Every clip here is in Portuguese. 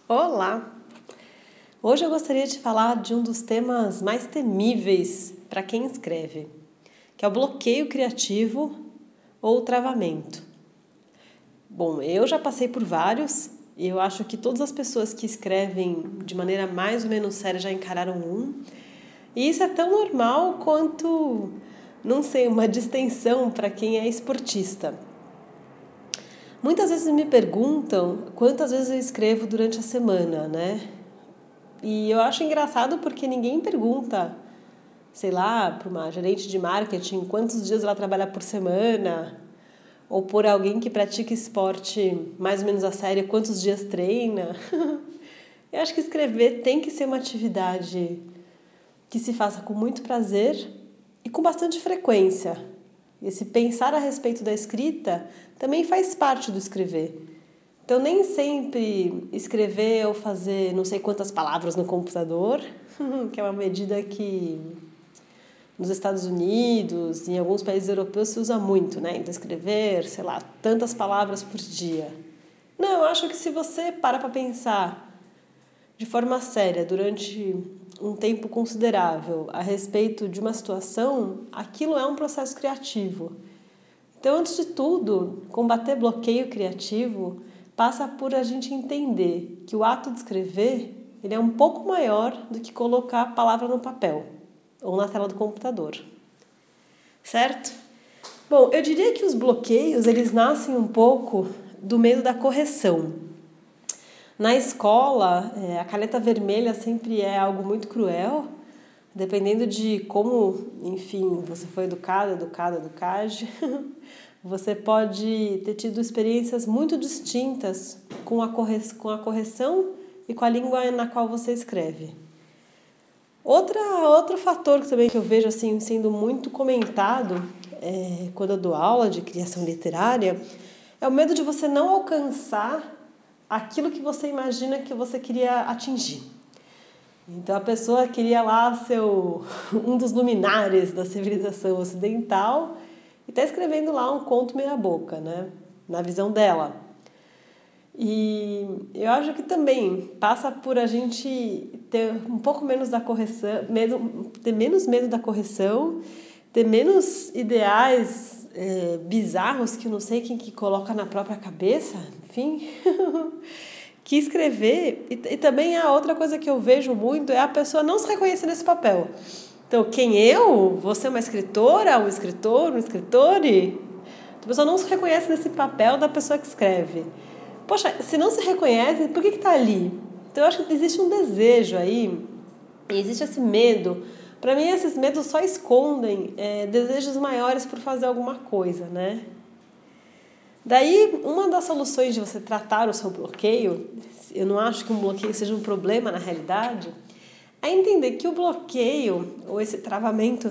Olá! Hoje eu gostaria de falar de um dos temas mais temíveis para quem escreve, que é o bloqueio criativo ou o travamento. Bom, eu já passei por vários e eu acho que todas as pessoas que escrevem de maneira mais ou menos séria já encararam um. E isso é tão normal quanto, não sei, uma distensão para quem é esportista. Muitas vezes me perguntam quantas vezes eu escrevo durante a semana, né? E eu acho engraçado porque ninguém pergunta, sei lá, para uma gerente de marketing quantos dias ela trabalha por semana, ou por alguém que pratica esporte mais ou menos a sério, quantos dias treina. Eu acho que escrever tem que ser uma atividade que se faça com muito prazer e com bastante frequência. Esse pensar a respeito da escrita também faz parte do escrever. Então, nem sempre escrever ou fazer não sei quantas palavras no computador, que é uma medida que nos Estados Unidos e em alguns países europeus se usa muito, né? Então, escrever, sei lá, tantas palavras por dia. Não, eu acho que se você para pensar de forma séria durante um tempo considerável a respeito de uma situação, aquilo é um processo criativo. Então, antes de tudo, combater bloqueio criativo passa por a gente entender que o ato de escrever ele é um pouco maior do que colocar a palavra no papel ou na tela do computador. Certo? Bom, eu diria que os bloqueios eles nascem um pouco do medo da correção. Na escola, a caneta vermelha sempre é algo muito cruel, dependendo de como, enfim, você foi educado, educade. Você pode ter tido experiências muito distintas com a correção e com a língua na qual você escreve. Outro fator que também que eu vejo assim, sendo muito comentado quando eu dou aula de criação literária é o medo de você não alcançar aquilo que você imagina que você queria atingir. Então a pessoa queria lá ser um dos luminares da civilização ocidental e está escrevendo lá um conto meia boca, né? Na visão dela. E eu acho que também passa por a gente ter um pouco menos da correção, ter menos medo da correção, ter menos ideais bizarros que eu não sei quem que coloca na própria cabeça, enfim, que escrever. E também a outra coisa que eu vejo muito é a pessoa não se reconhecer nesse papel. Então, quem eu? Você é uma escritora, um escritor, um escritore? A pessoa não se reconhece nesse papel da pessoa que escreve. Poxa, se não se reconhece, por que está ali? Então, eu acho que existe um desejo aí, e existe esse medo. Para mim, esses medos só escondem desejos maiores por fazer alguma coisa, né? Daí, uma das soluções de você tratar o seu bloqueio, eu não acho que um bloqueio seja um problema na realidade, é entender que o bloqueio, ou esse travamento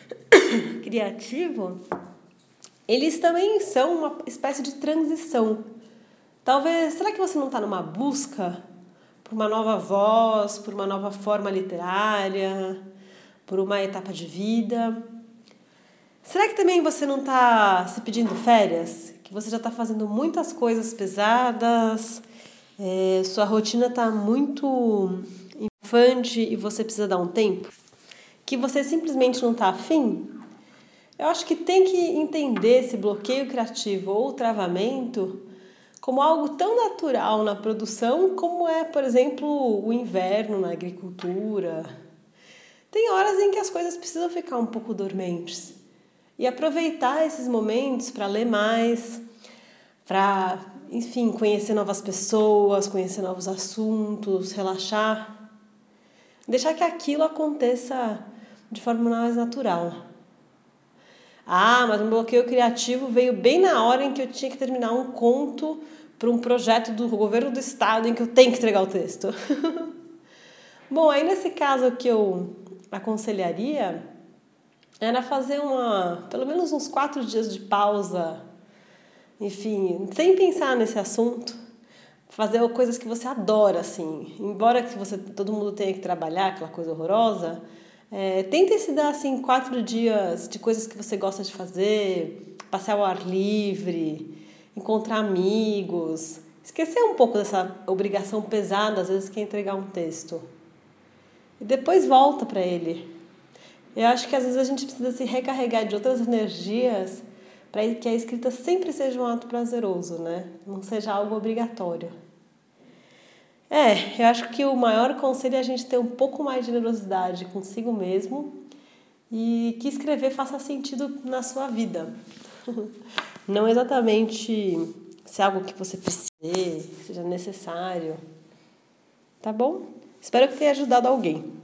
criativo, eles também são uma espécie de transição. Talvez, será que você não está numa busca por uma nova voz, por uma nova forma literária, por uma etapa de vida? Será que também você não está se pedindo férias? Que você já está fazendo muitas coisas pesadas, sua rotina está muito infante e você precisa dar um tempo? Que você simplesmente não está afim? Eu acho que tem que entender esse bloqueio criativo ou travamento como algo tão natural na produção como é, por exemplo, o inverno na agricultura. Tem horas em que as coisas precisam ficar um pouco dormentes. E aproveitar esses momentos para ler mais, para, enfim, conhecer novas pessoas, conhecer novos assuntos, relaxar. Deixar que aquilo aconteça de forma mais natural. Ah, mas um bloqueio criativo veio bem na hora em que eu tinha que terminar um conto para um projeto do governo do estado em que eu tenho que entregar o texto. Bom, aí nesse caso o que eu aconselharia era fazer pelo menos uns 4 dias de pausa, enfim, sem pensar nesse assunto, fazer coisas que você adora, assim, embora todo mundo tenha que trabalhar, aquela coisa horrorosa, tente se dar, assim, 4 dias de coisas que você gosta de fazer, passear ao ar livre, encontrar amigos, Esquecer um pouco dessa obrigação pesada, às vezes, que é entregar um texto. E depois volta para ele. Eu acho que às vezes a gente precisa se recarregar de outras energias para que a escrita sempre seja um ato prazeroso, né? Não seja algo obrigatório. Eu acho que o maior conselho é a gente ter um pouco mais de generosidade consigo mesmo e que escrever faça sentido na sua vida. Não exatamente se é algo que você precise, seja necessário. Tá bom? Espero que tenha ajudado alguém.